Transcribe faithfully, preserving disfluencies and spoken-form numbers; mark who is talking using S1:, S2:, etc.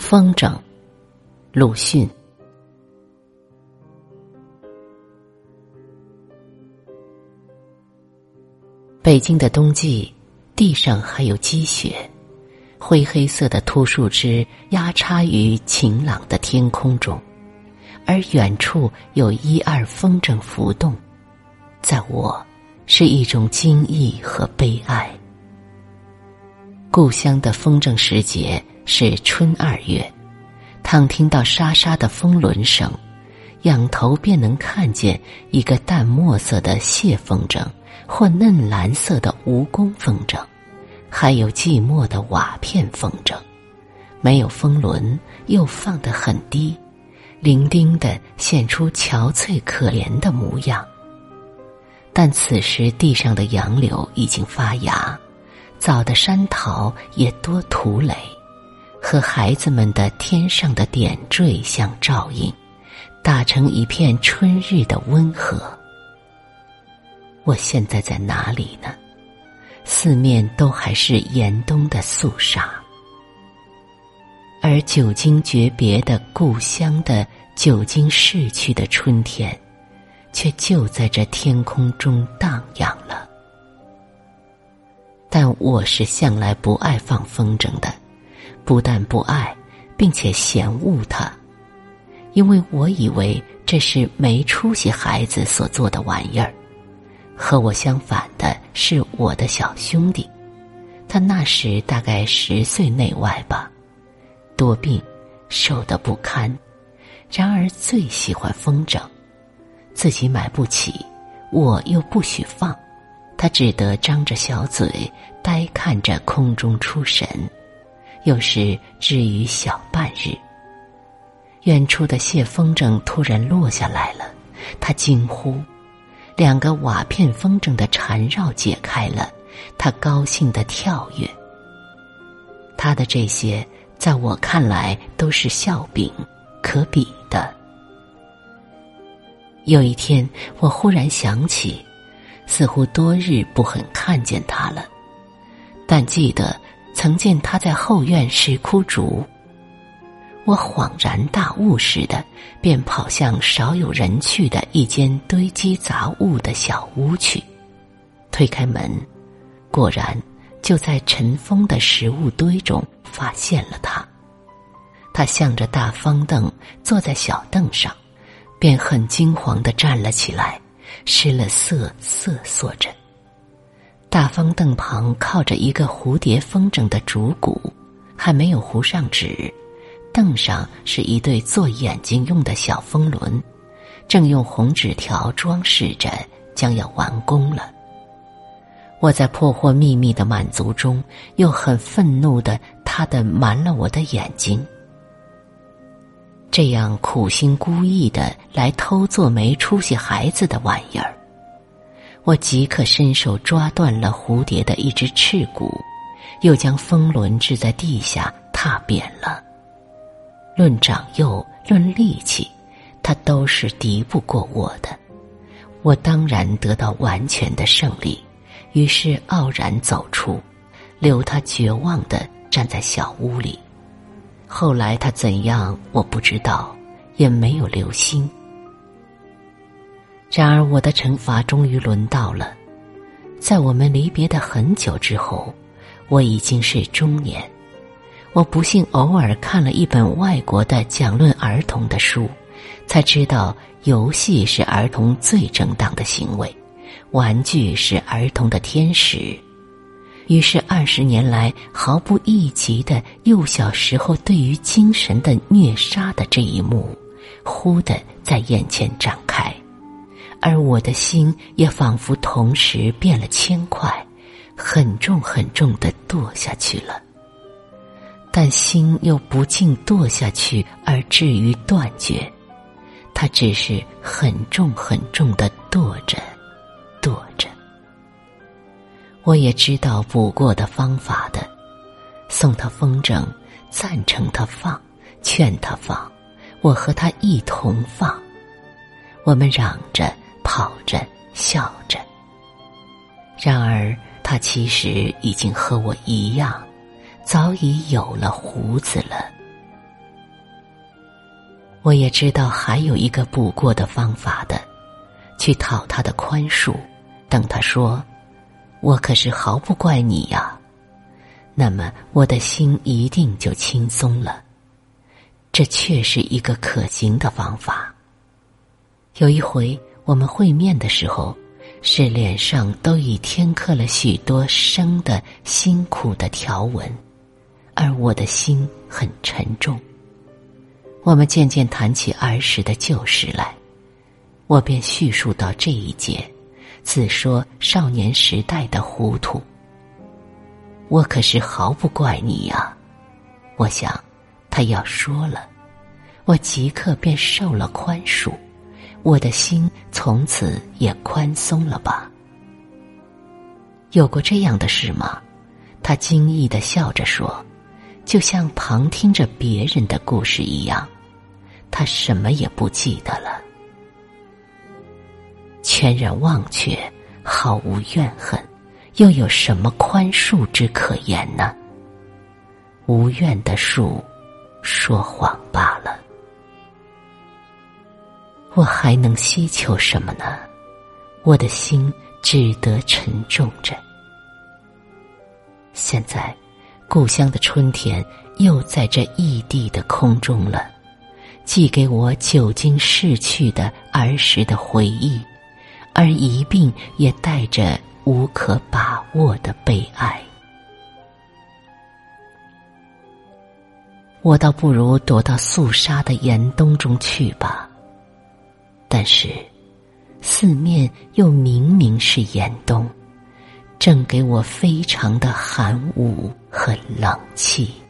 S1: 风筝，鲁迅。北京的冬季，地上还有积雪，灰黑色的秃树枝压插于晴朗的天空中，而远处有一二风筝浮动，在我是一种惊异和悲哀。故乡的风筝时节是春二月，倘听到沙沙的风轮声，仰头便能看见一个淡墨色的蟹风筝，或嫩蓝色的蜈蚣风筝，还有寂寞的瓦片风筝，没有风轮，又放得很低，伶仃地现出憔悴可怜的模样。但此时地上的杨柳已经发芽，早的山桃也多土垒，和孩子们的天上的点缀相照应，打成一片春日的温和。我现在在哪里呢？四面都还是严冬的肃杀，而久经诀别的故乡的久经逝去的春天，却就在这天空中荡漾了。但我是向来不爱放风筝的，不但不爱，并且嫌恶它，因为我以为这是没出息孩子所做的玩意儿。和我相反的是我的小兄弟，他那时大概十岁内外吧，多病，瘦得不堪，然而最喜欢风筝，自己买不起，我又不许放，他只得张着小嘴呆看着空中出神，有时至于小半日。远处的蟹风筝突然落下来了，他惊呼，两个瓦片风筝的缠绕解开了，他高兴地跳跃。他的这些在我看来都是笑柄，可比的。有一天我忽然想起，似乎多日不很看见他了，但记得曾见他在后院拾枯竹。我恍然大悟似的，便跑向少有人去的一间堆积杂物的小屋去，推开门，果然就在尘封的食物堆中发现了他。他向着大方凳坐在小凳上，便很惊惶地站了起来，失了色瑟缩着。大方凳旁靠着一个蝴蝶风筝的竹骨，还没有糊上纸，凳上是一对做眼睛用的小风轮，正用红纸条装饰着，将要完工了。我在破获秘密的满足中，又很愤怒的他的瞒了我的眼睛。这样苦心孤诣的来偷做没出息孩子的玩意儿，我即刻伸手抓断了蝴蝶的一只翅骨，又将风轮掷在地下踏扁了。论长幼，论力气，他都是敌不过我的。我当然得到完全的胜利，于是傲然走出，留他绝望地站在小屋里。后来他怎样我不知道，也没有留心。然而我的惩罚终于轮到了，在我们离别的很久之后，我已经是中年。我不幸偶尔看了一本外国的讲论儿童的书，才知道游戏是儿童最正当的行为，玩具是儿童的天使。于是二十年来毫不意及的幼小时候对于精神的虐杀的这一幕，忽地在眼前展开，而我的心也仿佛同时变了轻快，很重很重地堕下去了。但心又不竟堕下去而至于断绝，它只是很重很重地堕着堕着。我也知道补过的方法的，送他风筝，赞成他放，劝他放，我和他一同放。我们嚷着，跑着，笑着。然而他其实已经和我一样，早已有了胡子了。 我也知道还有一个补过的方法的，去讨他的宽恕，等他说我可是毫不怪你呀，那么我的心一定就轻松了。这确是一个可行的方法。有一回我们会面的时候，是脸上都已添刻了许多生的辛苦的条纹，而我的心很沉重。我们渐渐谈起儿时的旧事来，我便叙述到这一节，自说少年时代的糊涂。我可是毫不怪你呀，我想他要说了，我即刻便受了宽恕，我的心从此也宽松了吧。有过这样的事吗？他惊异地笑着说，就像旁听着别人的故事一样，他什么也不记得了。全然忘却，毫无怨恨，又有什么宽恕之可言呢？无怨的树，说谎罢了。我还能希求什么呢？我的心只得沉重着。现在故乡的春天又在这异地的空中了，寄给我久经逝去的儿时的回忆，而一并也带着无可把握的悲哀。我倒不如躲到肃杀的严冬中去吧，但是四面又明明是严冬，正给我非常的寒武和冷气。